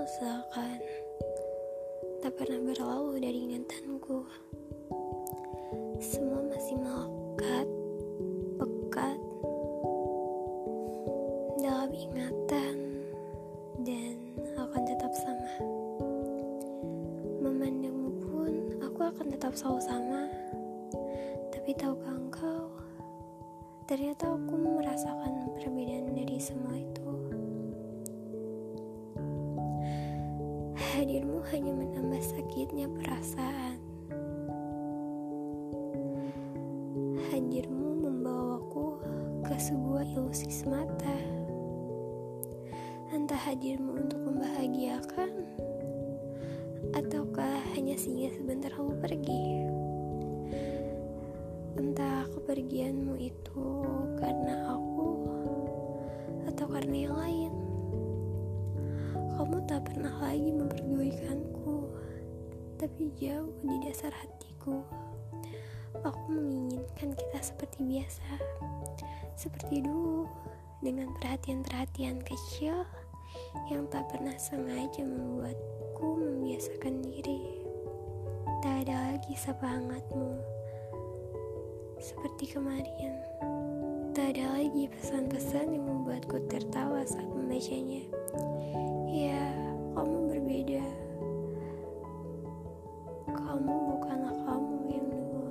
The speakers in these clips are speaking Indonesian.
seakan tak pernah berlalu dari ingatanku. Semua masih melekat, pekat dalam ingatan dan akan tetap sama. Memandangmu pun aku akan tetap selalu sama. Tapi tahukah engkau, ternyata aku merasakan perbedaan dari semua itu. Hadirmu hanya menambah sakitnya perasaan. Hadirmu membawaku ke sebuah ilusi semata. Entah hadirmu untuk membahagiakan, ataukah hanya singgah sebentar lalu pergi. Entah kepergianmu itu karena aku atau karena yang lain. Kamu tak pernah lagi memperdulikanku, tapi jauh di dasar hatiku. Aku menginginkan kita seperti biasa, seperti dulu, dengan perhatian-perhatian kecil yang tak pernah sengaja membuatku membiasakan diri. Tak ada lagi sapa hangatmu seperti kemarin. Tak ada lagi pesan-pesan yang membuatku tertawa saat membacanya. Ya, kamu berbeda. Kamu bukanlah kamu yang dulu.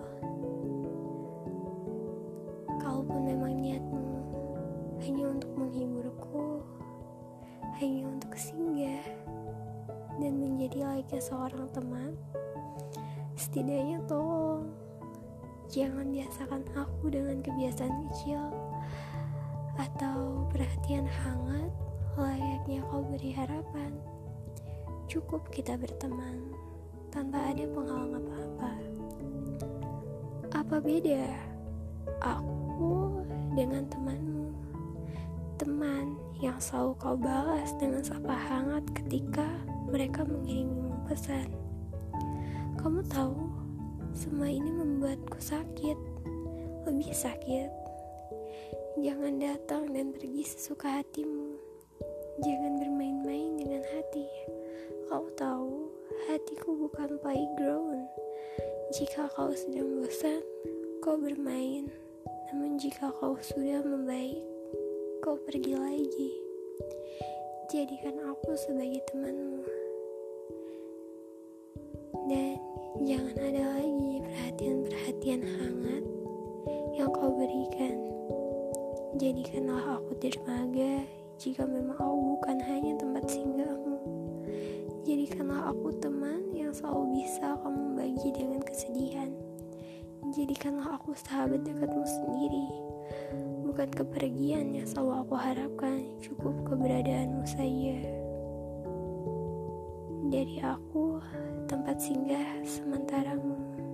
Kalaupun memang niatmu hanya untuk menghiburku, hanya untuk singgah dan menjadi layaknya seorang teman, setidaknya tolong jangan biasakan aku dengan kebiasaan kecil atau perhatian hangat layaknya kau beri harapan. Cukup kita berteman tanpa ada penghalang apa-apa. Apa beda aku dengan temanmu? Teman yang selalu kau balas dengan sapa hangat ketika mereka mengirimimu pesan. Kamu tahu, semua ini membuatku sakit, lebih sakit. Jangan datang dan pergi sesuka hatimu. Jangan bermain-main dengan hati. Kau tahu, hatiku bukan playground. Jika kau sedang bosan, kau bermain. Namun jika kau sudah membaik, kau pergi lagi. Jadikan aku sebagai temanmu. Dan jangan ada lagi perhatian-perhatian hangat yang kau berikan. Jadikanlah aku dermaga jika memang aku bukan hanya tempat singgahmu. Jadikanlah aku teman yang selalu bisa kamu bagi dengan kesedihan. Jadikanlah aku sahabat dekatmu sendiri, bukan kepergian yang selalu aku harapkan, cukup keberadaanmu saja. Dari aku, tempat singgah sementaramu.